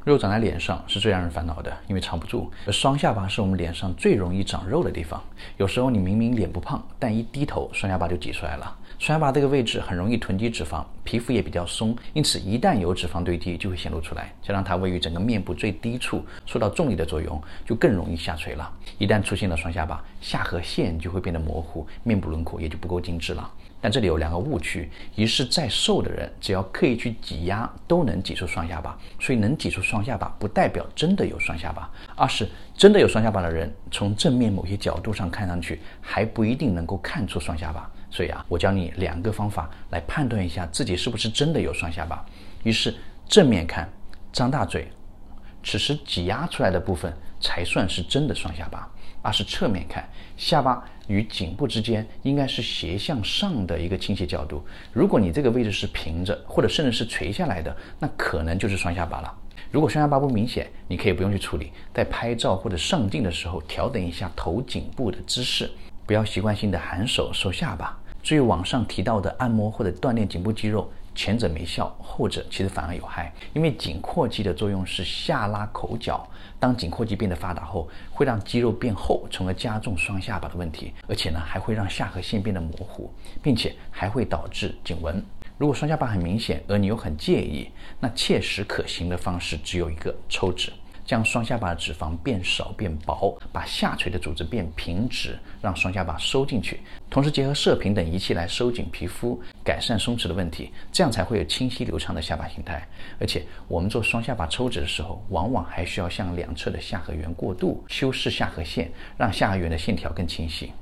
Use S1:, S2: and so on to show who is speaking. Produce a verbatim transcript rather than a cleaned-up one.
S1: 肉长在脸上是最让人烦恼的，因为藏不住。而双下巴是我们脸上最容易长肉的地方。有时候你明明脸不胖，但一低头，双下巴就挤出来了。双下巴这个位置很容易囤积脂肪，皮肤也比较松，因此一旦有脂肪堆积，就会显露出来。加上它位于整个面部最低处，受到重力的作用，就更容易下垂了。一旦出现了双下巴，下颌线就会变得模糊，面部轮廓也就不够精致了。但这里有两个误区，一是再瘦的人，只要刻意去挤压，都能挤出双下巴，所以能挤出双下巴不代表真的有双下巴；二是真的有双下巴的人，从正面某些角度上看上去，还不一定能够看出双下巴。所以啊，我教你两个方法来判断一下自己是不是真的有双下巴。一是正面看，张大嘴，此时挤压出来的部分才算是真的双下巴。二是侧面看，下巴与颈部之间应该是斜向上的一个倾斜角度。如果你这个位置是平着，或者甚至是垂下来的，那可能就是双下巴了。如果双下巴不明显，你可以不用去处理，在拍照或者上镜的时候调整一下头颈部的姿势，不要习惯性的含手收下巴。至于网上提到的按摩或者锻炼颈部肌肉，前者没效，后者其实反而有害。因为颈阔肌的作用是下拉口角，当颈阔肌变得发达后，会让肌肉变厚，从而加重双下巴的问题，而且呢还会让下颌线变得模糊，并且还会导致颈纹。如果双下巴很明显，而你又很介意，那切实可行的方式只有一个：抽脂。将双下巴的脂肪变少变薄，把下垂的组织变平直，让双下巴收进去，同时结合射频等仪器来收紧皮肤，改善松弛的问题，这样才会有清晰流畅的下巴形态。而且我们做双下巴抽脂的时候，往往还需要向两侧的下颌缘过渡，修饰下颌线，让下颌缘的线条更清晰。